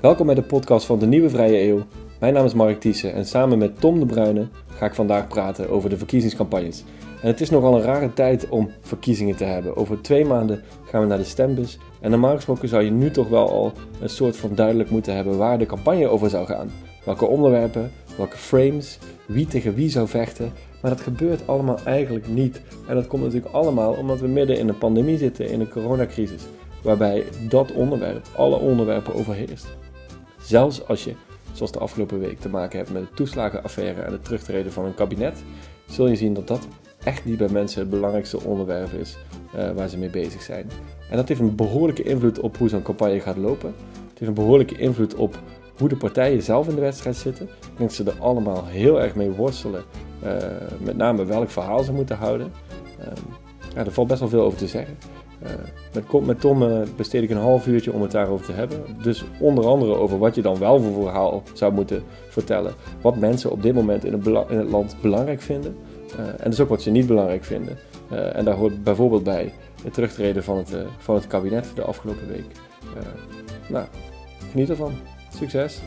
Welkom bij de podcast van de Nieuwe Vrije Eeuw. Mijn naam is Mark Thiessen en samen met Tom de Bruyne ga ik vandaag praten over de verkiezingscampagnes. En het is nogal een rare tijd om verkiezingen te hebben. Over 2 maanden gaan we naar de stembus en normaal gesproken zou je nu toch wel al een soort van duidelijk moeten hebben waar de campagne over zou gaan. Welke onderwerpen, welke frames, wie tegen wie zou vechten. Maar dat gebeurt allemaal eigenlijk niet. En dat komt natuurlijk allemaal omdat we midden in een pandemie zitten, in een coronacrisis. Waarbij dat onderwerp alle onderwerpen overheerst. Zelfs als je, zoals de afgelopen week, te maken hebt met de toeslagenaffaire en het terugtreden van een kabinet, zul je zien dat dat echt niet bij mensen het belangrijkste onderwerp is waar ze mee bezig zijn. En dat heeft een behoorlijke invloed op hoe zo'n campagne gaat lopen. Het heeft een behoorlijke invloed op hoe de partijen zelf in de wedstrijd zitten. Ik denk dat ze er allemaal heel erg mee worstelen. Met name welk verhaal ze moeten houden. Er valt best wel veel over te zeggen. Met Tom besteed ik een half uurtje om het daarover te hebben. Dus onder andere over wat je dan wel voor verhaal zou moeten vertellen. Wat mensen op dit moment in het land belangrijk vinden. En dus ook wat ze niet belangrijk vinden. En daar hoort bijvoorbeeld bij het terugtreden van het kabinet de afgelopen week. Geniet ervan. Succes!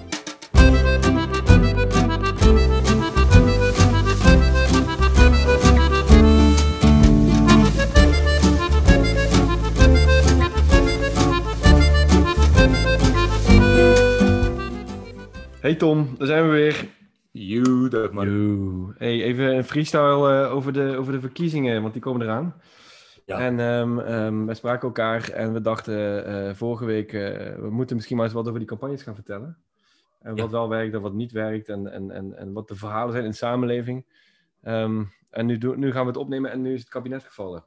Hey Tom, daar zijn we weer. Dag man. Hey, even een freestyle over de verkiezingen, want die komen eraan. Ja. En wij spraken elkaar en we dachten vorige week, we moeten misschien maar eens wat over die campagnes gaan vertellen. En wat wel werkt en wat niet werkt en wat de verhalen zijn in de samenleving. En nu gaan we het opnemen en nu is het kabinet gevallen.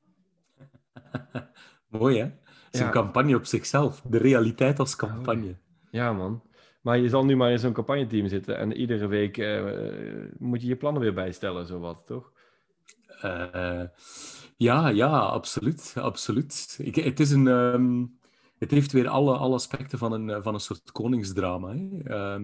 Mooi hè? Het is een campagne op zichzelf. De realiteit als campagne. Ja man. Maar je zal nu maar in zo'n campagneteam zitten en iedere week moet je je plannen weer bijstellen, zowat, toch? Ja, absoluut. Het heeft weer alle aspecten van een soort koningsdrama. Hè?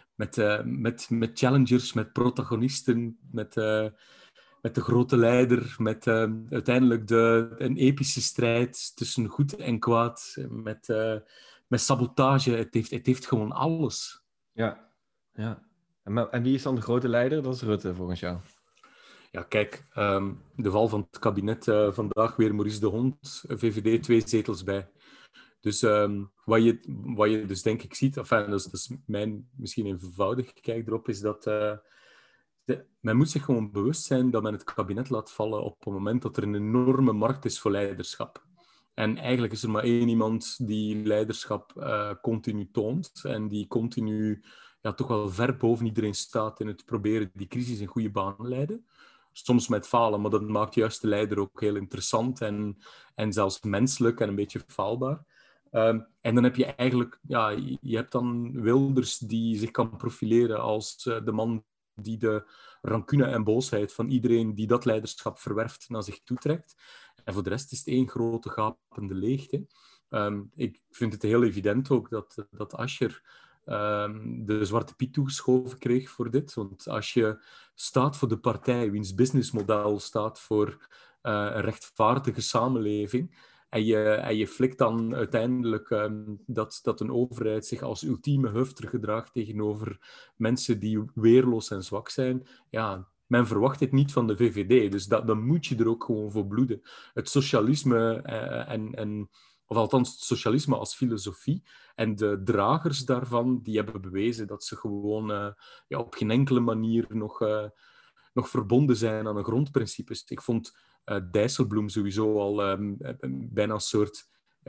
Met challengers, met protagonisten, met de grote leider, met uiteindelijk een epische strijd tussen goed en kwaad, met sabotage. Het heeft gewoon alles. Ja. En wie is dan de grote leider? Dat is Rutte, volgens jou. Ja, kijk, de val van het kabinet vandaag weer Maurice de Hond, VVD 2 zetels bij. Dus wat je dus denk ik ziet, dat is mijn misschien eenvoudig kijk erop, is dat men moet zich gewoon bewust zijn dat men het kabinet laat vallen op het moment dat er een enorme markt is voor leiderschap. En eigenlijk is er maar 1 iemand die leiderschap continu toont en die continu toch wel ver boven iedereen staat in het proberen die crisis in goede banen leiden. Soms met falen, maar dat maakt juist de leider ook heel interessant en zelfs menselijk en een beetje faalbaar. En dan heb je eigenlijk, je hebt dan Wilders die zich kan profileren als de man die de rancune en boosheid van iedereen die dat leiderschap verwerft naar zich toetrekt. En voor de rest is het 1 grote gapende leegte. Ik vind het heel evident ook dat Asscher de Zwarte Piet toegeschoven kreeg voor dit. Want als je staat voor de partij wiens businessmodel staat voor een rechtvaardige samenleving en je flikt dan uiteindelijk dat een overheid zich als ultieme hufter gedraagt tegenover mensen die weerloos en zwak zijn, men verwacht het niet van de VVD, dus dan moet je er ook gewoon voor bloeden. Het socialisme of althans het socialisme als filosofie en de dragers daarvan, die hebben bewezen dat ze gewoon op geen enkele manier nog verbonden zijn aan de grondprincipes. Ik vond Dijsselbloem sowieso al bijna een soort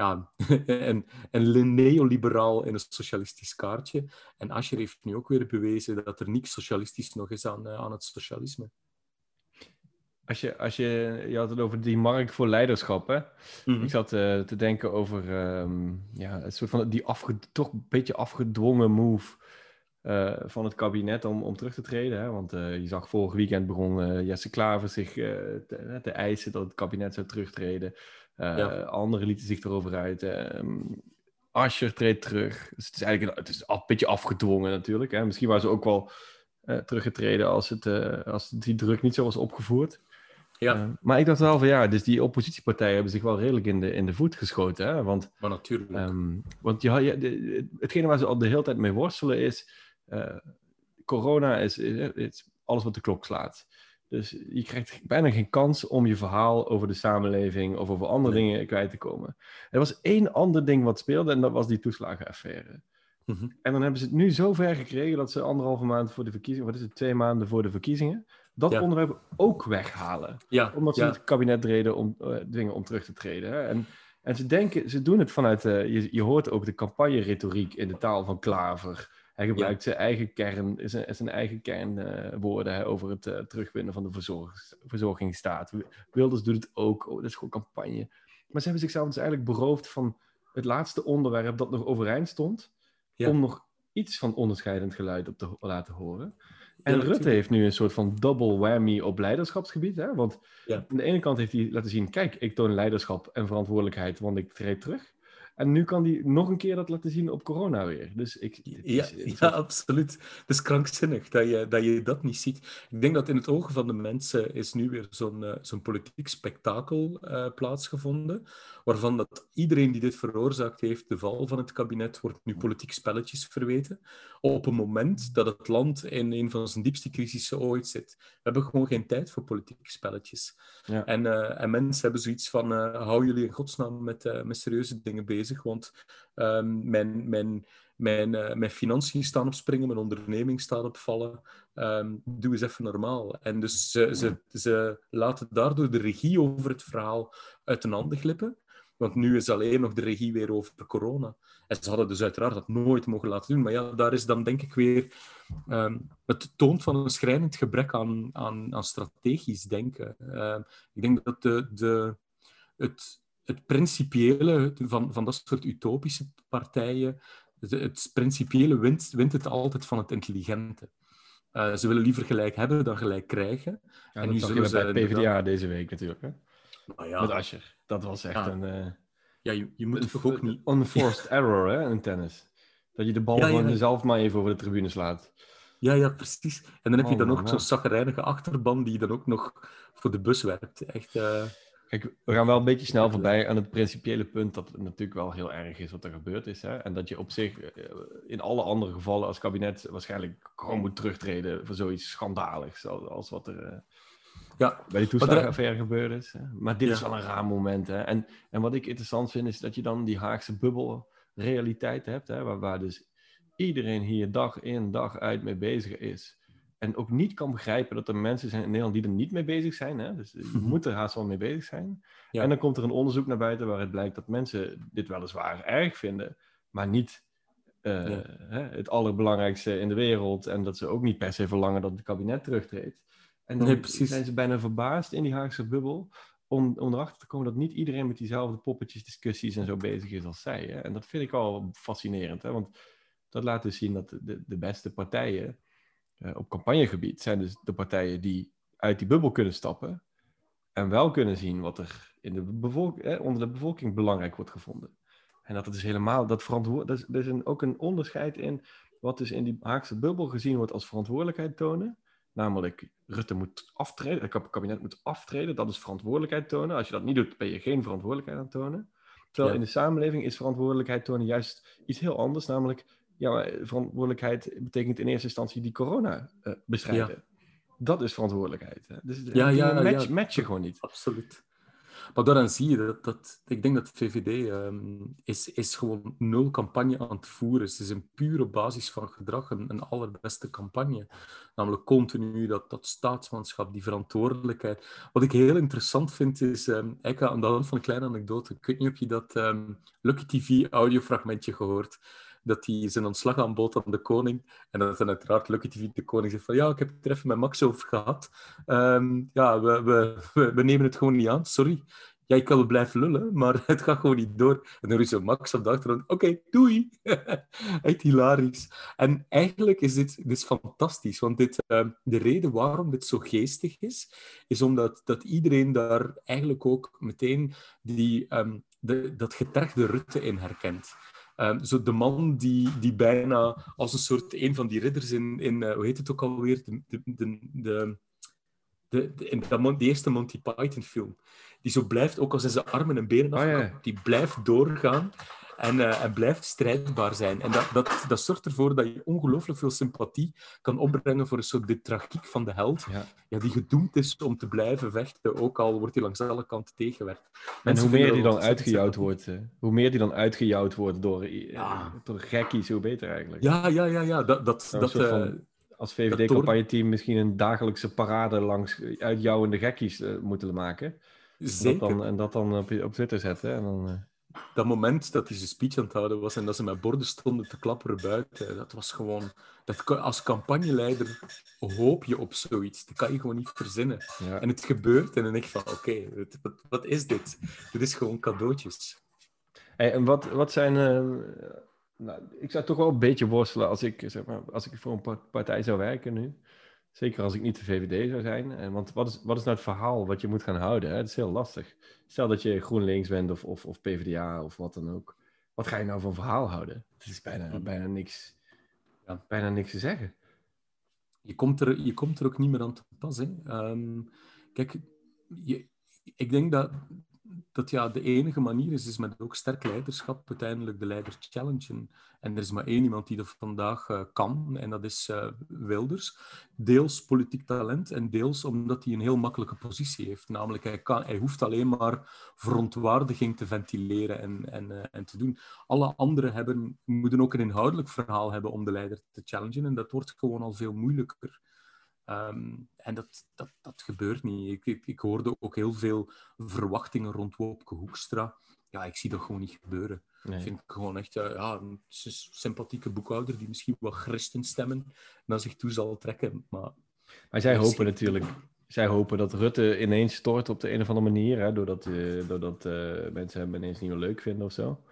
een neoliberaal in een socialistisch kaartje. En Asscher heeft nu ook weer bewezen dat er niks socialistisch nog is aan het socialisme. Je had het over die markt voor leiderschap, hè? Mm-hmm. Ik zat te denken over een soort van toch een beetje afgedwongen move van het kabinet om terug te treden. Hè? Want je zag vorig weekend begon Jesse Klaver zich te eisen dat het kabinet zou terugtreden. Anderen lieten zich erover uit. Asscher treedt terug. Dus het is een beetje afgedwongen natuurlijk. Hè? Misschien waren ze ook wel teruggetreden als die druk niet zo was opgevoerd. Ja, Maar ik dacht wel van ja, dus die oppositiepartijen hebben zich wel redelijk in de voet geschoten. Hè? maar natuurlijk. Want hetgene waar ze al de hele tijd mee worstelen is... corona is alles wat de klok slaat. Dus je krijgt bijna geen kans om je verhaal over de samenleving of over andere Nee. dingen kwijt te komen. Er was één ander ding wat speelde en dat was die toeslagenaffaire. Mhm. En dan hebben ze het nu zo ver gekregen dat ze 1,5 maand voor de verkiezingen, wat is het, 2 maanden voor de verkiezingen, dat Ja, onderwerp ook weghalen. ja, Omdat ze ja, het kabinet dwingen om terug te treden. Hè? En ze doen het vanuit, je hoort ook de campagne-retoriek in de taal van Klaver. Hij gebruikt zijn eigen kernwoorden over het terugwinnen van de verzorgingsstaat. Wilders doet het ook, dat is gewoon campagne. Maar ze hebben zichzelf dus eigenlijk beroofd van het laatste onderwerp dat nog overeind stond, ja, om nog iets van onderscheidend geluid op te laten horen. ja, En Rutte natuurlijk. heeft nu een soort van double whammy op leiderschapsgebied. Hè? Want Ja. aan de ene kant heeft hij laten zien, kijk, ik toon leiderschap en verantwoordelijkheid, want ik treed terug. En nu kan hij nog een keer dat laten zien op corona weer. Dus Ja, ja, absoluut. Het is krankzinnig dat je dat niet ziet. Ik denk dat in het oog van de mensen is nu weer zo'n politiek spektakel plaatsgevonden, waarvan dat iedereen die dit veroorzaakt heeft, de val van het kabinet, wordt nu politiek spelletjes verweten, op een moment dat het land in een van zijn diepste crisissen ooit zit. We hebben gewoon geen tijd voor politieke spelletjes. Ja. En mensen hebben zoiets van, hou jullie in godsnaam met serieuze dingen bezig, want mijn financiën staan op springen, mijn onderneming staat op vallen. Doe eens even normaal. En dus ze laten daardoor de regie over het verhaal uit de handen glippen. Want nu is alleen nog de regie weer over corona. En ze hadden dus uiteraard dat nooit mogen laten doen. Maar ja, daar is dan denk ik weer... het toont van een schrijnend gebrek aan strategisch denken. Ik denk dat het principiële van dat soort utopische partijen, het principiële wint het altijd van het intelligente. Ze willen liever gelijk hebben dan gelijk krijgen. Ja, En dat nu zag zullen je ze bij PvdA inderdaad... deze week natuurlijk. Hè? Nou ja, Met Asscher. Dat was echt ja, een ja, je moet toch ook niet... unforced error hè, in tennis. Dat je de bal Ja, gewoon ja, zelf maar even over de tribune slaat. ja, precies. En dan heb je dan ook zo'n Man. chagrijnige achterban die je dan ook nog voor de bus werpt. Echt... Kijk, we gaan wel een beetje snel voorbij aan het principiële punt dat het natuurlijk wel heel erg is wat er gebeurd is. Hè? En dat je op zich in alle andere gevallen als kabinet waarschijnlijk gewoon moet terugtreden voor zoiets schandaligs als wat er ja, bij die toeslagenaffaire gebeurd is. Hè? Maar dit is wel een raar moment. Hè? En wat ik interessant vind is dat je dan die Haagse bubbelrealiteit hebt, hè? Waar dus iedereen hier dag in dag uit mee bezig is. En ook niet kan begrijpen dat er mensen zijn in Nederland die er niet mee bezig zijn. Hè? Dus je moet er haast wel mee bezig zijn. ja. En dan komt er een onderzoek naar buiten waaruit blijkt dat mensen dit weliswaar erg vinden, maar niet het allerbelangrijkste in de wereld. En dat ze ook niet per se verlangen dat het kabinet terugtreedt. En dan zijn ze bijna verbaasd in die Haagse bubbel om erachter te komen dat niet iedereen met diezelfde poppetjes, discussies en zo bezig is als zij. Hè? En dat vind ik wel fascinerend. Hè? Want dat laat dus zien dat de beste partijen op campagnegebied zijn dus de partijen die uit die bubbel kunnen stappen en wel kunnen zien wat er in onder de bevolking belangrijk wordt gevonden. En dat het dus helemaal, er is ook een onderscheid in wat dus in die Haagse bubbel gezien wordt als verantwoordelijkheid tonen. Namelijk, Rutte moet aftreden, het kabinet moet aftreden, dat is verantwoordelijkheid tonen. Als je dat niet doet, ben je geen verantwoordelijkheid aan het tonen. Terwijl in de samenleving is verantwoordelijkheid tonen juist iets heel anders, namelijk maar verantwoordelijkheid betekent in eerste instantie die corona bestrijden. Ja. Dat is verantwoordelijkheid. Hè? Dus dingen matchen gewoon niet. Absoluut. Maar daaraan zie je dat ik denk dat de VVD is gewoon nul campagne aan het voeren. Ze is een pure basis van gedrag een allerbeste campagne. Namelijk continu dat staatsmanschap, die verantwoordelijkheid. Wat ik heel interessant vind is, eigenlijk aan de hand van een kleine anekdote, ik weet niet of je dat Lucky TV audiofragmentje gehoord, dat hij zijn ontslag aanbood aan de koning. En dat dan uiteraard Lucky TV de koning zegt van ja, ik heb het er even met Max over gehad. We nemen het gewoon niet aan, sorry. Ja, ik kan wel blijven lullen, maar het gaat gewoon niet door. En dan is zo Max op de achtergrond, oké, doei. Echt hilarisch. En eigenlijk is dit fantastisch, want de reden waarom dit zo geestig is omdat iedereen daar eigenlijk ook meteen dat getergde Rutte in herkent. Zo de man die bijna als een soort een van die ridders in hoe heet het ook alweer? die eerste Monty Python film, die zo blijft, ook als hij zijn armen en benen afkapt, die blijft doorgaan en blijft strijdbaar zijn. En dat zorgt ervoor dat je ongelooflijk veel sympathie kan opbrengen voor een soort de tragiek van de held, die gedoemd is om te blijven vechten, ook al wordt hij langs alle kanten tegengewerkt. En hoe meer die dan uitgejouwd wordt door gekkies, hoe beter eigenlijk. Ja. Als VVD-campagneteam misschien een dagelijkse parade langs uitjouwende gekkies moeten maken. Zeker. En dat dan op Twitter zetten. En dan, Dat moment dat hij zijn speech aan het houden was en dat ze met borden stonden te klapperen buiten, dat was gewoon... Als campagneleider hoop je op zoiets. Dat kan je gewoon niet verzinnen. Ja. En het gebeurt en dan denk ik van, oké, wat is dit? Dit is gewoon cadeautjes. Hey, en wat zijn... ik zou toch wel een beetje worstelen als ik voor een partij zou werken nu. Zeker als ik niet de VVD zou zijn. Want wat is nou het verhaal wat je moet gaan houden? Hè? Dat is heel lastig. Stel dat je GroenLinks bent of PvdA of wat dan ook. Wat ga je nou van verhaal houden? Het is bijna niks te zeggen. Je komt er ook niet meer aan te pas. Hè. Kijk, ik denk dat de enige manier is met ook sterk leiderschap uiteindelijk de leider challengen. En er is maar één iemand die dat vandaag kan, en dat is Wilders. Deels politiek talent en deels omdat hij een heel makkelijke positie heeft. Namelijk, hij hoeft alleen maar verontwaardiging te ventileren en te doen. Alle anderen moeten ook een inhoudelijk verhaal hebben om de leider te challengen. En dat wordt gewoon al veel moeilijker. En dat gebeurt niet. Ik hoorde ook heel veel verwachtingen rond Wopke Hoekstra. Ja, ik zie dat gewoon niet gebeuren. Nee. Ik vind gewoon echt een sympathieke boekhouder die misschien wat christenstemmen naar zich toe zal trekken. Maar zij hopen natuurlijk... Zij hopen dat Rutte ineens stort op de een of andere manier, hè, doordat mensen hem ineens niet meer leuk vinden of zo.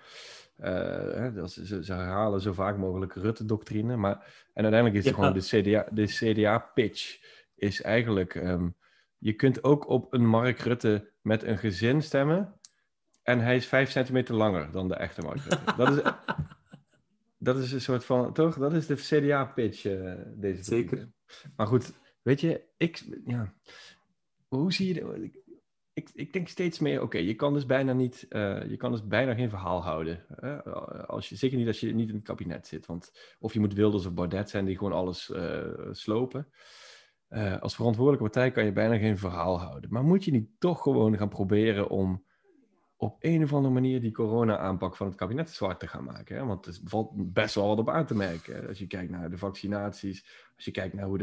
Ze herhalen zo vaak mogelijk Rutte-doctrine. En uiteindelijk is het gewoon de CDA-pitch is eigenlijk... je kunt ook op een Mark Rutte met een gezin stemmen en hij is 5 centimeter langer dan de echte Mark Rutte. Dat is een soort van... Toch? Dat is de CDA-pitch. Deze Zeker. verkiezingen. Maar goed, weet je, hoe zie je... Ik denk steeds meer, oké, je kan dus bijna geen verhaal houden. Zeker niet als je niet in het kabinet zit. Of je moet Wilders of Baudet zijn die gewoon alles slopen. Als verantwoordelijke partij kan je bijna geen verhaal houden. Maar moet je niet toch gewoon gaan proberen om op een of andere manier die corona-aanpak van het kabinet zwart te gaan maken? Hè? Want er valt best wel wat op aan te merken. Hè? Als je kijkt naar de vaccinaties, als je kijkt naar hoe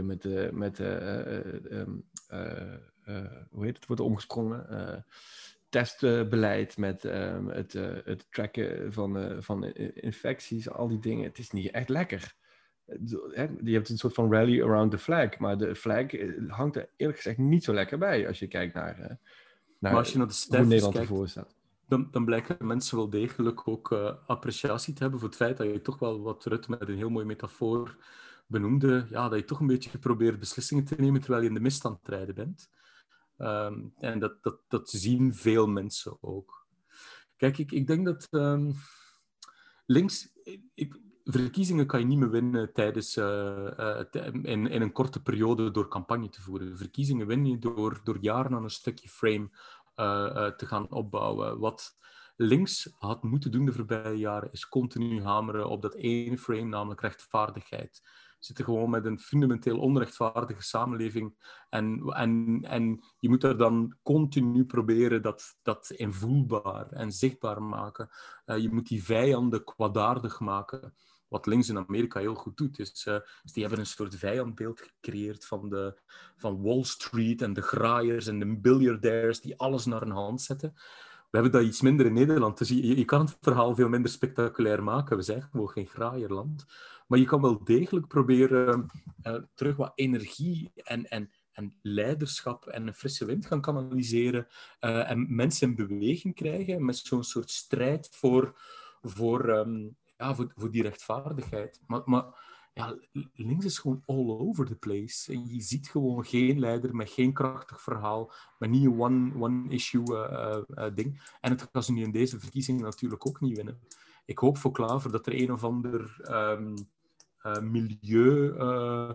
er wordt omgesprongen. Testbeleid met het tracken van infecties, al die dingen. Het is niet echt lekker. Je hebt een soort van rally around the flag, maar de flag hangt er eerlijk gezegd niet zo lekker bij als je kijkt naar als je naar de hoe Nederland ervoor staat. Dan blijken mensen wel degelijk ook appreciatie te hebben voor het feit dat je toch wel, wat Rutte met een heel mooie metafoor benoemde, dat je toch een beetje probeert beslissingen te nemen terwijl je in de mist aan het rijden bent. En dat zien veel mensen ook. Kijk, ik denk dat links... verkiezingen kan je niet meer winnen tijdens in een korte periode door campagne te voeren. Verkiezingen win je door jaren aan een stukje frame te gaan opbouwen. Wat links had moeten doen de voorbije jaren, is continu hameren op dat ene frame, namelijk rechtvaardigheid. We zitten gewoon met een fundamenteel onrechtvaardige samenleving en je moet er dan continu proberen dat invoelbaar en zichtbaar maken. Je moet die vijanden kwaadaardig maken. Wat links in Amerika heel goed doet, is die hebben een soort vijandbeeld gecreëerd van Wall Street en de graaiers en de biljardaires die alles naar hun hand zetten. We hebben dat iets minder in Nederland. Dus je kan het verhaal veel minder spectaculair maken. We zijn gewoon geen graaierland. Maar je kan wel degelijk proberen terug wat energie en leiderschap en een frisse wind gaan kanaliseren en mensen in beweging krijgen met zo'n soort strijd voor die rechtvaardigheid. Maar links is gewoon all over the place. En je ziet gewoon geen leider met geen krachtig verhaal, met niet een one-issue ding. En het gaat ze nu in deze verkiezingen natuurlijk ook niet winnen. Ik hoop voor Klaver dat er een of ander milieu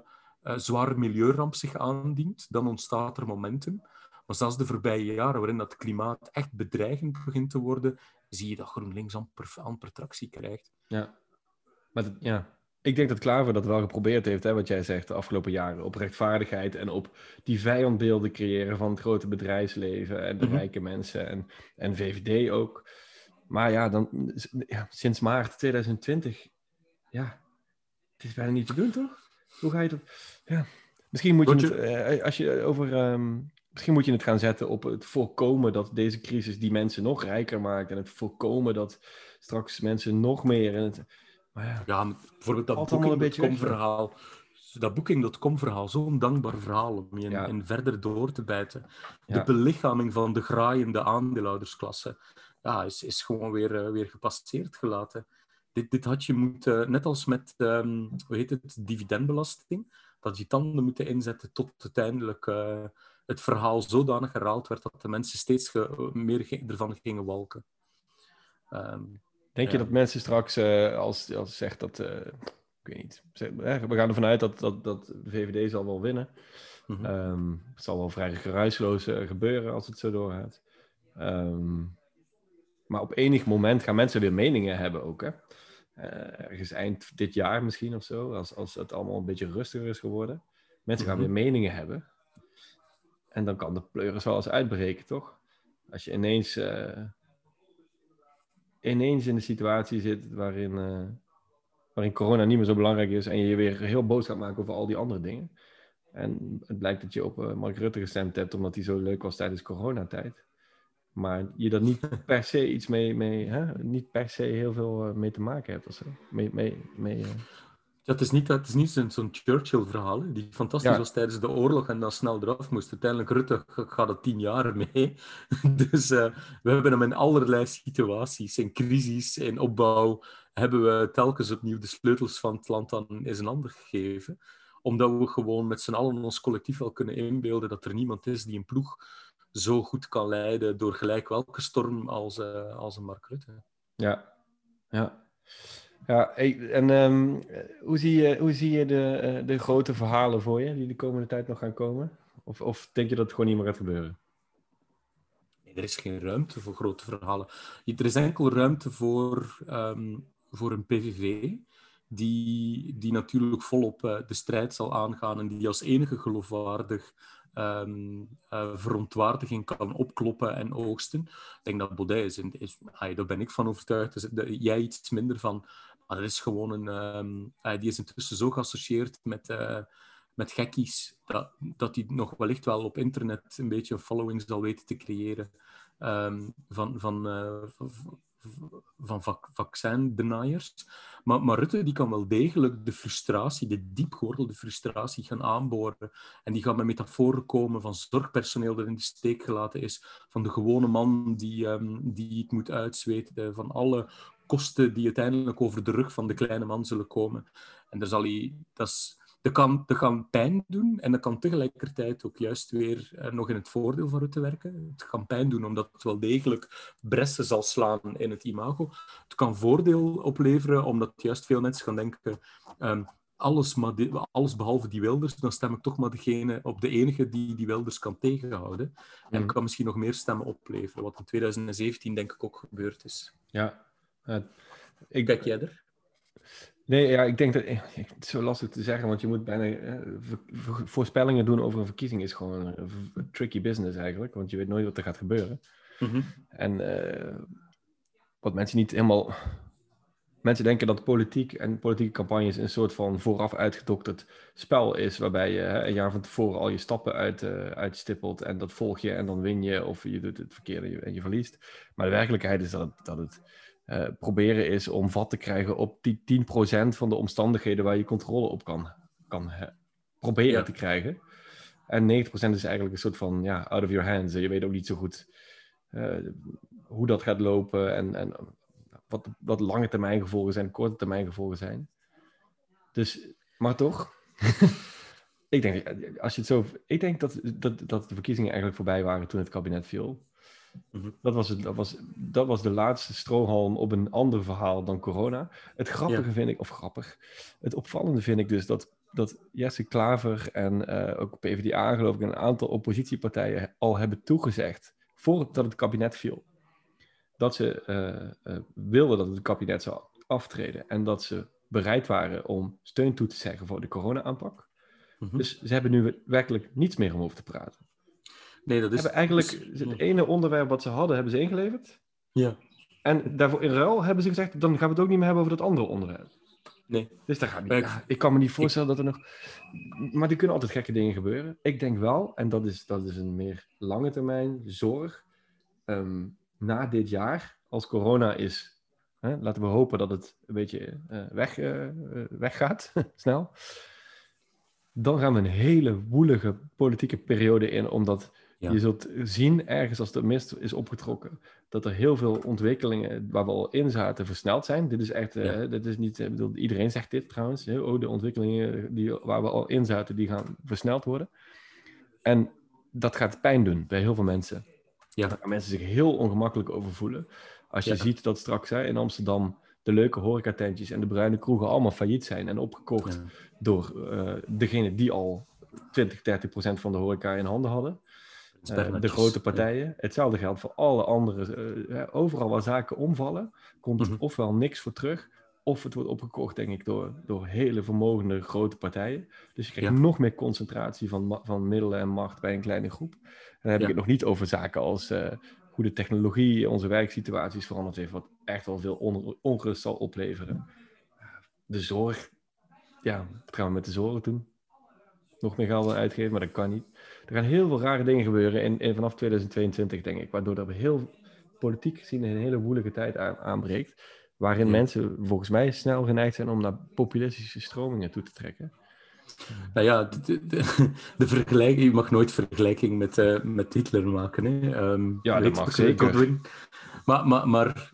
zware milieuramp zich aandient, dan ontstaat er momentum. Maar zelfs de voorbije jaren, waarin dat klimaat echt bedreigend begint te worden, zie je dat GroenLinks amper tractie krijgt. Ja, maar ik denk dat Klaver dat wel geprobeerd heeft, hè, wat jij zegt, de afgelopen jaren. Op rechtvaardigheid en op die vijandbeelden creëren van het grote bedrijfsleven en de rijke mensen en VVD ook. Maar ja, sinds maart 2020, ja, het is bijna niet te doen, toch? Hoe ga je dat... Ja, misschien moet je het, als je over... misschien moet je het gaan zetten op het voorkomen dat deze crisis die mensen nog rijker maakt en het voorkomen dat straks mensen nog meer in het... Maar ja, bijvoorbeeld dat Booking.com-verhaal. Dat Booking.com-verhaal, zo'n dankbaar verhaal om je in verder door te bijten. De belichaming van de graaiende aandeelhoudersklasse is gewoon weer gepasseerd gelaten. Dit had je moeten, net als met dividendbelasting, dat je tanden moeten inzetten tot uiteindelijk het verhaal zodanig herhaald werd dat de mensen steeds meer ervan gingen walken. Denk je dat mensen straks, als zegt dat... ik weet niet. We gaan ervan uit dat de VVD zal wel winnen. Het zal wel vrij geruisloos gebeuren als het zo doorgaat. Maar op enig moment gaan mensen weer meningen hebben ook, hè? Ergens eind dit jaar misschien of zo, als het allemaal een beetje rustiger is geworden. Mensen gaan weer meningen hebben. En dan kan de pleuris wel eens uitbreken, toch? Als je ineens in de situatie zit waarin corona niet meer zo belangrijk is en je weer heel boos gaat maken over al die andere dingen. En het blijkt dat je op Mark Rutte gestemd hebt omdat hij zo leuk was tijdens coronatijd. Maar je daar niet per se iets niet per se heel veel mee te maken hebt of zo. Ja, het is niet zo'n Churchill-verhaal, die fantastisch was tijdens de oorlog en dan snel eraf moest. Uiteindelijk, Rutte gaat het 10 jaar mee. Dus we hebben hem in allerlei situaties, in crisis, in opbouw, hebben we telkens opnieuw de sleutels van het land aan in zijn handen gegeven. Omdat we gewoon met z'n allen ons collectief wel kunnen inbeelden dat er niemand is die een ploeg zo goed kan leiden door gelijk welke storm als een Mark Rutte. Ja. Ja, en hoe zie je de grote verhalen voor je die de komende tijd nog gaan komen? Of denk je dat het gewoon niet meer gaat gebeuren? Nee, er is geen ruimte voor grote verhalen. Er is enkel ruimte voor een PVV die natuurlijk volop de strijd zal aangaan en die als enige geloofwaardig verontwaardiging kan opkloppen en oogsten. Ik denk dat Baudet daar ben ik van overtuigd. Dus jij iets minder van. Maar dat is gewoon die is intussen zo geassocieerd met gekkies dat hij nog wellicht wel op internet een beetje een following zal weten te creëren van vaccin-deniers. Maar Rutte die kan wel degelijk de frustratie, de diepgewortelde frustratie gaan aanboren. En die gaat met metaforen komen van zorgpersoneel dat in de steek gelaten is, van de gewone man die het moet uitzweten, van alle kosten die uiteindelijk over de rug van de kleine man zullen komen. En daar zal hij... Dat kan pijn doen en dat kan tegelijkertijd ook juist weer nog in het voordeel van Rutte werken. Het kan pijn doen omdat het wel degelijk bressen zal slaan in het imago. Het kan voordeel opleveren omdat juist veel mensen gaan denken alles behalve die Wilders, dan stem ik toch maar op de enige die Wilders kan tegenhouden. En kan misschien nog meer stemmen opleveren, wat in 2017 denk ik ook gebeurd is. Ja. Kijk jij er? Nee, ja, ik denk dat... Het is zo lastig te zeggen, want je moet bijna... voorspellingen doen over een verkiezing is gewoon een tricky business eigenlijk, want je weet nooit wat er gaat gebeuren. En wat mensen niet helemaal... Mensen denken dat politiek en politieke campagnes een soort van vooraf uitgedokterd spel is, waarbij je een jaar van tevoren al je stappen uitstippelt en dat volg je en dan win je of je doet het verkeerde en je verliest. Maar de werkelijkheid is dat het proberen is om vat te krijgen op die 10% van de omstandigheden waar je controle op kan proberen te krijgen. En 90% is eigenlijk een soort van out of your hands. Je weet ook niet zo goed hoe dat gaat lopen en wat lange termijn gevolgen zijn, korte termijn gevolgen zijn. Dus, maar toch, ik denk dat de verkiezingen eigenlijk voorbij waren toen het kabinet viel. Dat was de laatste strohalm op een ander verhaal dan corona. Het grappige vind ik, het opvallende vind ik dus dat dat Jesse Klaver en ook PvdA, geloof ik, en een aantal oppositiepartijen al hebben toegezegd, voordat het kabinet viel, dat ze wilden dat het kabinet zou aftreden en dat ze bereid waren om steun toe te zeggen voor de corona-aanpak. Dus ze hebben nu werkelijk niets meer om over te praten. Nee, dat is... Hebben eigenlijk het ene onderwerp wat ze hadden, hebben ze ingeleverd. Ja. En daarvoor in ruil hebben ze gezegd, dan gaan we het ook niet meer hebben over dat andere onderwerp. Nee. Dus daar gaat niet. Ik kan me niet voorstellen dat er nog... Maar er kunnen altijd gekke dingen gebeuren. Ik denk wel, en dat is een meer lange termijn zorg. Na dit jaar, als corona is... laten we hopen dat het een beetje weggaat, snel. Dan gaan we een hele woelige politieke periode in, omdat je zult zien, ergens als de mist is opgetrokken, dat er heel veel ontwikkelingen waar we al in zaten versneld zijn. Dit is echt, dit is niet, iedereen zegt dit trouwens. De ontwikkelingen waar we al in zaten, die gaan versneld worden. En dat gaat pijn doen bij heel veel mensen. Ja. Daar gaan mensen zich heel ongemakkelijk over voelen. Als je ziet dat straks in Amsterdam de leuke horecatentjes en de bruine kroegen allemaal failliet zijn en opgekocht door degene die al 20-30% van de horeca in handen hadden. De grote partijen. Ja. Hetzelfde geldt voor alle andere. Overal waar zaken omvallen, komt er ofwel niks voor terug, of het wordt opgekocht, denk ik, door hele vermogende grote partijen. Dus je krijgt nog meer concentratie van middelen en macht bij een kleine groep. En dan heb ik het nog niet over zaken als hoe de technologie onze werksituaties veranderd heeft, wat echt wel veel onrust zal opleveren. De zorg, wat gaan we met de zorg doen? Nog meer geld uitgeven, maar dat kan niet. Er gaan heel veel rare dingen gebeuren vanaf 2022, denk ik, waardoor er heel politiek gezien een hele woelige tijd aanbreekt, waarin mensen volgens mij snel geneigd zijn om naar populistische stromingen toe te trekken. Nou ja, de vergelijking, je mag nooit vergelijking met Hitler maken. Hè. Dat mag zeker. Maar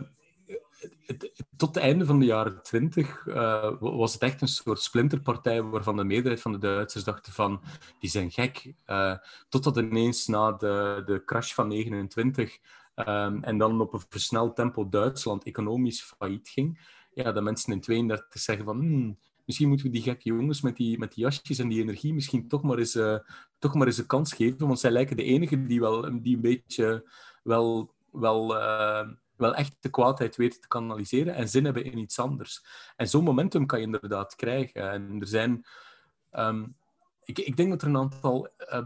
tot het einde van de jaren 20 was het echt een soort splinterpartij waarvan de meerderheid van de Duitsers dachten van, die zijn gek. Totdat ineens na de crash van 29 en dan op een versneld tempo Duitsland economisch failliet ging, dat mensen in 32 zeggen van, misschien moeten we die gekke jongens met die jasjes en die energie misschien toch maar eens een kans geven, want zij lijken de enigen die een beetje wel echt de kwaadheid weten te kanaliseren en zin hebben in iets anders. En zo'n momentum kan je inderdaad krijgen. En er zijn... ik denk dat er een aantal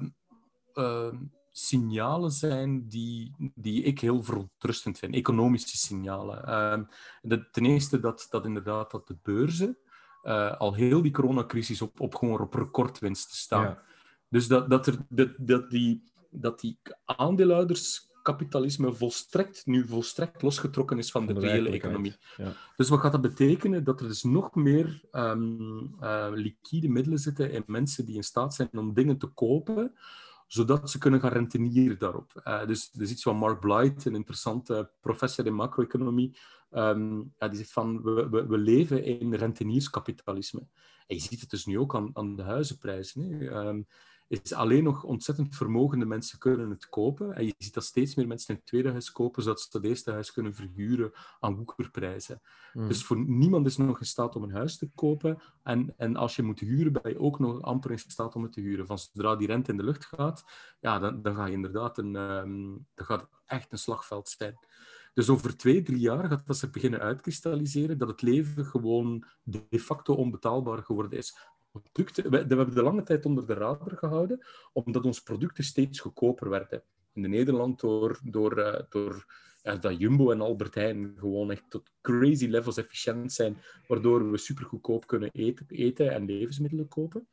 signalen zijn die ik heel verontrustend vind. Economische signalen. Ten eerste dat inderdaad dat de beurzen al heel die coronacrisis op recordwinsten staan. Ja. Dus dat die aandeelhouderskapitalisme volstrekt losgetrokken is van de reële economie. Ja. Dus wat gaat dat betekenen? Dat er dus nog meer liquide middelen zitten in mensen die in staat zijn om dingen te kopen, zodat ze kunnen gaan rentenieren daarop. Dus iets wat Mark Blight, een interessante professor in macro-economie, die zegt van, we leven in rentenierskapitalisme. En je ziet het dus nu ook aan de huizenprijzen. Hè. Is alleen nog ontzettend vermogende mensen kunnen het kopen. En je ziet dat steeds meer mensen een tweede huis kopen, zodat ze dat eerste huis kunnen verhuren aan woekerprijzen. Dus voor niemand is nog in staat om een huis te kopen. En als je moet huren, ben je ook nog amper in staat om het te huren. Van zodra die rente in de lucht gaat, dan ga je inderdaad dan gaat het echt een slagveld zijn. Dus over 2-3 jaar gaat dat zich beginnen uitkristalliseren, dat het leven gewoon de facto onbetaalbaar geworden is. We hebben de lange tijd onder de radar gehouden, omdat onze producten steeds goedkoper werden. In Nederland door dat Jumbo en Albert Heijn gewoon echt tot crazy levels efficiënt zijn, waardoor we supergoedkoop kunnen eten en levensmiddelen kopen.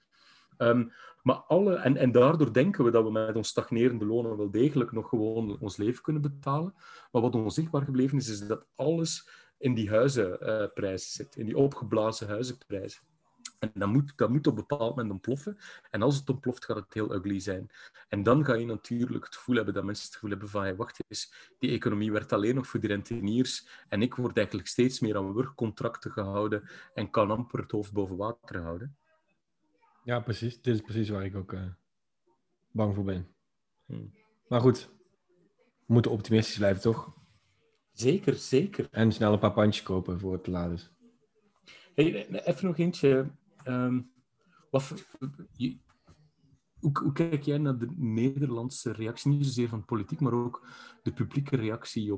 En daardoor denken we dat we met ons stagnerende lonen wel degelijk nog gewoon ons leven kunnen betalen. Maar wat onzichtbaar gebleven is dat alles in die huizenprijzen zit, in die opgeblazen huizenprijzen. En dat moet op een bepaald moment ontploffen. En als het ontploft, gaat het heel ugly zijn. En dan ga je natuurlijk het gevoel hebben dat mensen het gevoel hebben van, wacht eens, die economie werkt alleen nog voor die renteniers. En ik word eigenlijk steeds meer aan werkcontracten gehouden en kan amper het hoofd boven water houden. Ja, precies. Dit is precies waar ik ook bang voor ben. Maar goed, we moeten optimistisch blijven, toch? Zeker, zeker. En snel een paar pandjes kopen voor het te laat is. Hey, even nog eentje. je- hoe kijk jij naar de Nederlandse reactie, niet zozeer van de politiek, maar ook de publieke reactie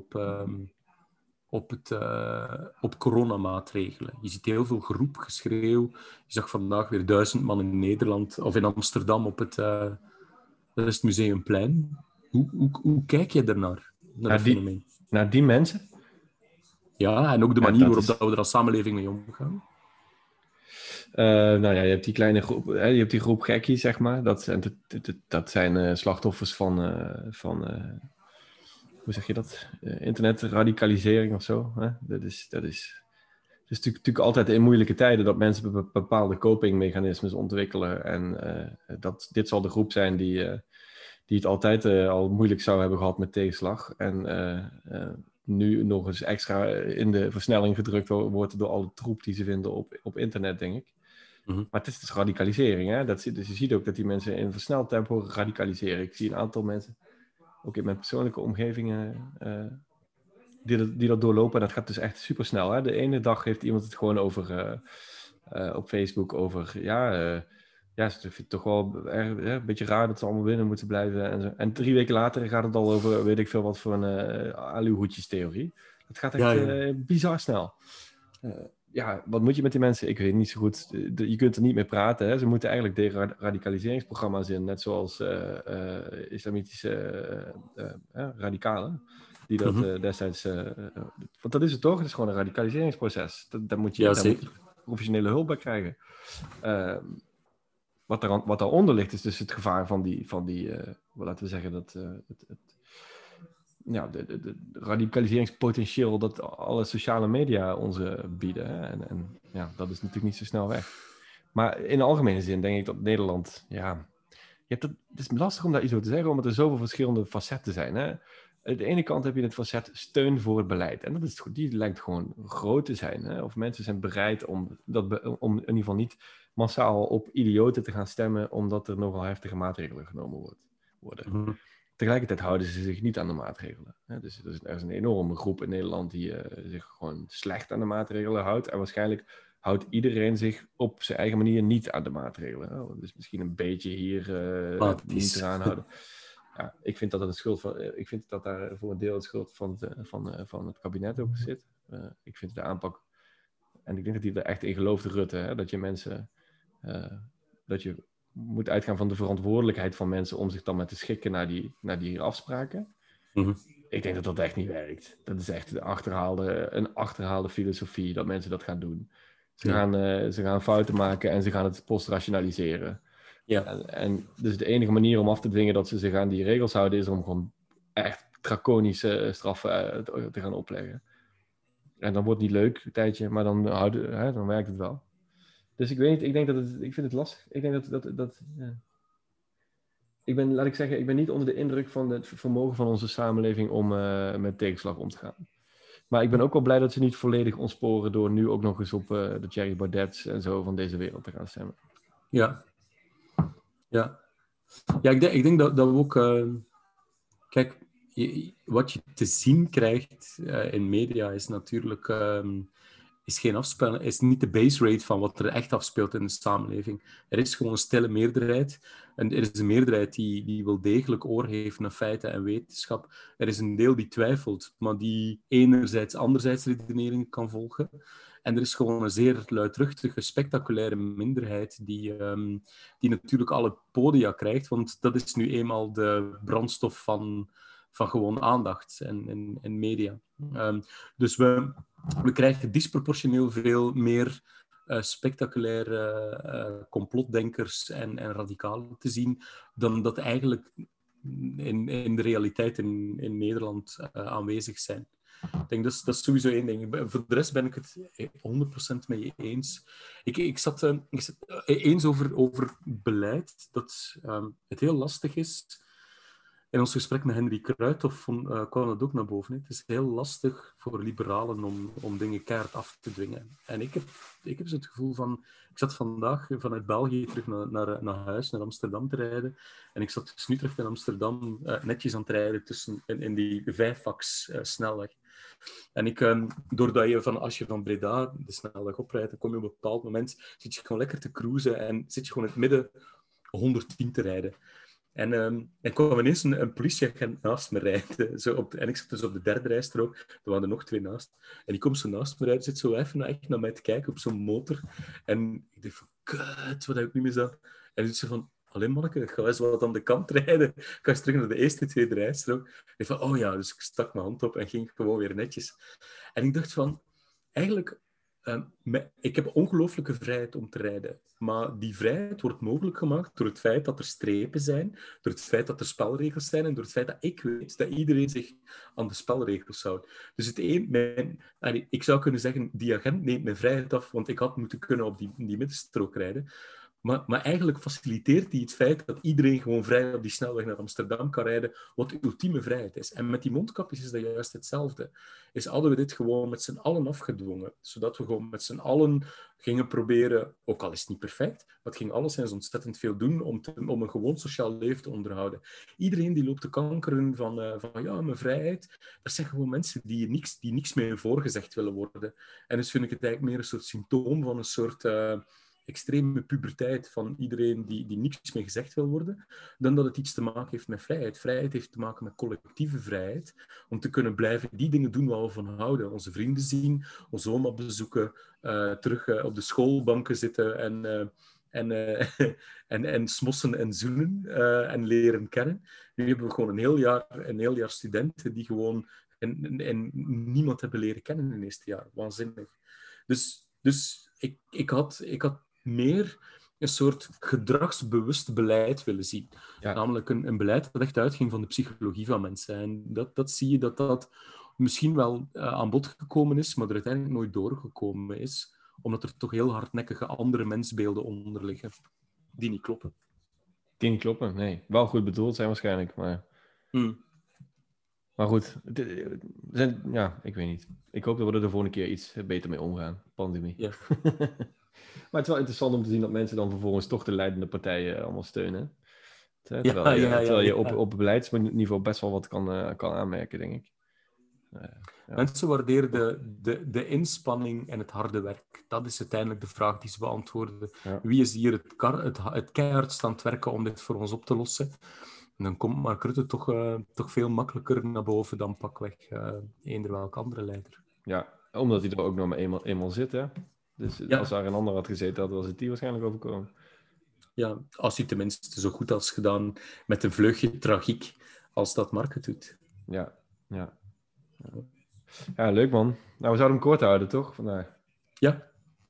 op coronamaatregelen? Je ziet heel veel geroep, geschreeuw. Je zag vandaag weer 1000 man in Nederland of in Amsterdam op dat is het Museumplein. Hoe kijk je daarnaar, naar dat fenomeen? Naar die mensen? Ja, en ook de manier dat waarop is... dat we er als samenleving mee omgaan. Nou ja, je hebt die kleine groep, je hebt die groep gekkies, zeg maar. Dat zijn slachtoffers van hoe zeg je dat? Internetradicalisering of zo. Hè? Dat is natuurlijk altijd in moeilijke tijden dat mensen bepaalde copingmechanismes ontwikkelen. En dit zal de groep zijn die het altijd al moeilijk zou hebben gehad met tegenslag. En nu nog eens extra in de versnelling gedrukt wordt door alle troep die ze vinden op internet, denk ik. Mm-hmm. Maar het is dus radicalisering. Hè? Dus je ziet ook dat die mensen in versneld tempo radicaliseren. Ik zie een aantal mensen, ook in mijn persoonlijke omgevingen, die dat doorlopen. En dat gaat dus echt super snel. Hè? De ene dag heeft iemand het gewoon over op Facebook over ze vindt het toch wel een beetje raar dat ze allemaal binnen moeten blijven. En, zo. En 3 weken later gaat het al over weet ik veel wat voor een aluhoedjestheorie. Het gaat echt bizar snel. Wat moet je met die mensen? Ik weet niet zo goed. Je kunt er niet mee praten. Hè? Ze moeten eigenlijk deradicaliseringsprogramma's in. Net zoals islamitische radicalen. Die dat destijds... want dat is het toch? Het is gewoon een radicaliseringsproces. Daar moet je professionele hulp bij krijgen. Wat daaronder ligt is dus het gevaar van die laten we zeggen dat de radicaliseringspotentieel dat alle sociale media ons bieden. Hè? En dat is natuurlijk niet zo snel weg. Maar in de algemene zin denk ik dat Nederland, het is lastig om daar iets over te zeggen, omdat er zoveel verschillende facetten zijn. Hè? Aan de ene kant heb je het facet steun voor het beleid. En die lijkt gewoon groot te zijn. Hè? Of mensen zijn bereid om in ieder geval niet massaal op idioten te gaan stemmen, omdat er nogal heftige maatregelen genomen worden. Mm-hmm. Tegelijkertijd houden ze zich niet aan de maatregelen. Hè? Dus er is een enorme groep in Nederland die zich gewoon slecht aan de maatregelen houdt. En waarschijnlijk houdt iedereen zich op zijn eigen manier niet aan de maatregelen. Hè? Dus misschien een beetje hier niet eraan houden. Ja, ik vind dat het schuld van. Ik vind dat daar voor een deel het schuld van het kabinet ook zit. Ik vind de aanpak. En ik denk dat hij er echt in gelooft, Rutte. Hè? Dat je mensen. Dat je moet uitgaan van de verantwoordelijkheid van mensen om zich dan maar te schikken naar die afspraken. Mm-hmm. Ik denk dat dat echt niet werkt. Dat is echt een achterhaalde filosofie dat mensen dat gaan doen. Ze gaan fouten maken en ze gaan het postrationaliseren. Ja. En dus de enige manier om af te dwingen dat ze zich aan die regels houden is om gewoon echt draconische straffen te gaan opleggen. En dan wordt het niet leuk een tijdje, maar dan werkt het wel. Dus ik weet niet, ik vind het lastig. Ik denk dat ik ben niet onder de indruk van het vermogen van onze samenleving om met tegenslag om te gaan. Maar ik ben ook wel blij dat ze niet volledig ontsporen door nu ook nog eens op de Thierry Baudets en zo van deze wereld te gaan stemmen. Ja. Ik denk dat we ook... kijk, wat je te zien krijgt in media is natuurlijk... is geen afspelen, is niet de base rate van wat er echt afspeelt in de samenleving. Er is gewoon een stille meerderheid. En er is een meerderheid die wel degelijk oor heeft naar feiten en wetenschap. Er is een deel die twijfelt, maar die anderzijds redeneringen kan volgen. En er is gewoon een zeer luidruchtige, spectaculaire minderheid die natuurlijk alle podia krijgt, want dat is nu eenmaal de brandstof van gewoon aandacht en media. Dus we krijgen disproportioneel veel meer spectaculaire complotdenkers en radicalen te zien dan dat eigenlijk in de realiteit in Nederland aanwezig zijn. Ik denk dat is sowieso één ding. Voor de rest ben ik het 100% mee je eens. Ik zat eens over beleid, dat het heel lastig is. In ons gesprek met Henry Kruithoff kwam dat ook naar boven. Hè. Het is heel lastig voor liberalen om dingen keihard af te dwingen. En ik heb zo het gevoel van... Ik zat vandaag vanuit België terug naar huis, naar Amsterdam te rijden. En ik zat dus nu terug in Amsterdam netjes aan het rijden in die 5-vaks snelweg. En doordat als je van Breda de snelweg oprijdt, dan kom je op een bepaald moment, zit je gewoon lekker te cruisen en zit je gewoon in het midden 110 te rijden. En er kwam ineens een politieagent naast me rijden. En ik zat dus op de derde rijstrook. Er waren er nog 2 naast. En die komt zo naast me rijden, zit zo even echt naar mij te kijken op zo'n motor. En ik dacht van, kut, wat heb ik nu misdaan? En hij doet zo van, alleen manneke, ik ga eens wat aan de kant rijden. Ik ga eens terug naar de eerste, tweede rijstrook. Ik dacht van, oh ja, dus ik stak mijn hand op en ging gewoon weer netjes. En ik dacht van, eigenlijk... ik heb ongelooflijke vrijheid om te rijden. Maar die vrijheid wordt mogelijk gemaakt door het feit dat er strepen zijn, door het feit dat er spelregels zijn en door het feit dat ik weet dat iedereen zich aan de spelregels houdt. Dus ik zou kunnen zeggen, die agent neemt mijn vrijheid af, want ik had moeten kunnen op die middenstrook rijden. Maar eigenlijk faciliteert die het feit dat iedereen gewoon vrij op die snelweg naar Amsterdam kan rijden, wat de ultieme vrijheid is. En met die mondkapjes is dat juist hetzelfde. Hadden we dit gewoon met z'n allen afgedwongen, zodat we gewoon met z'n allen gingen proberen, ook al is het niet perfect, maar het ging alleszins ontzettend veel doen om een gewoon sociaal leven te onderhouden. Iedereen die loopt te kankeren van ja, mijn vrijheid, dat zijn gewoon mensen die niks meer voorgezegd willen worden. En dus vind ik het eigenlijk meer een soort symptoom van een soort... extreme puberteit van iedereen die niks meer gezegd wil worden, dan dat het iets te maken heeft met vrijheid. Vrijheid heeft te maken met collectieve vrijheid, om te kunnen blijven die dingen doen waar we van houden. Onze vrienden zien, onze oma bezoeken, terug op de schoolbanken zitten en smossen en zoenen en leren kennen. Nu hebben we gewoon een heel jaar studenten die gewoon en niemand hebben leren kennen in het eerste jaar. Waanzinnig. Dus ik had meer een soort gedragsbewust beleid willen zien. Ja. Namelijk een beleid dat echt uitging van de psychologie van mensen. En dat zie je dat misschien wel aan bod gekomen is, maar er uiteindelijk nooit doorgekomen is, omdat er toch heel hardnekkige andere mensbeelden onder liggen die niet kloppen. Die niet kloppen, nee. Wel goed bedoeld zijn waarschijnlijk, maar... Maar goed, ja, ik weet niet. Ik hoop dat we er de volgende keer iets beter mee omgaan. Pandemie. Ja. Maar het is wel interessant om te zien dat mensen dan vervolgens toch de leidende partijen allemaal steunen. Terwijl je op beleidsniveau best wel wat kan aanmerken, denk ik. Ja. Mensen waarderen de inspanning en het harde werk. Dat is uiteindelijk de vraag die ze beantwoorden. Ja. Wie is hier het keihard staan het werken om dit voor ons op te lossen? En dan komt Mark Rutte toch veel makkelijker naar boven dan pakweg eender welke andere leider. Ja, omdat hij er ook nog maar eenmaal zit, hè? Dus als daar een ander had gezeten, was het die waarschijnlijk overkomen. Ja, als hij tenminste zo goed als gedaan met een vleugje tragiek als dat Mark het doet. Ja, leuk man. Nou, we zouden hem kort houden, toch, vandaag? Ja.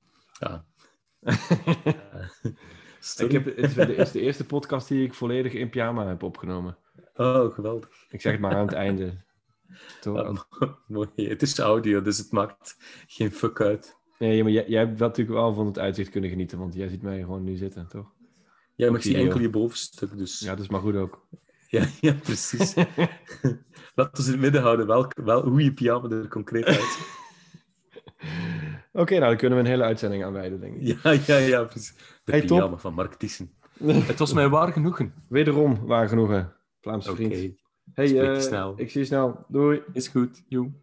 Het is de eerste podcast die ik volledig in pyjama heb opgenomen. Oh, geweldig. Ik zeg het maar aan het einde. Mooi. Het is audio, dus het maakt geen fuck uit. Nee, maar jij hebt natuurlijk wel van het uitzicht kunnen genieten, want jij ziet mij gewoon nu zitten, toch? Ja, maar ik zie enkel je bovenstuk, dus... Ja, dat is maar goed ook. Ja, precies. Laten we in het midden houden hoe je pyjama er concreet uitziet. Oké, nou, dan kunnen we een hele uitzending aan wijden, denk ik. Ja, precies. De pyjama van Mark Thiessen. Het was mij waar genoegen. Wederom waar genoegen, Vlaamse vriend. Hey, snel. Ik zie je snel. Doei. Is goed. Joe.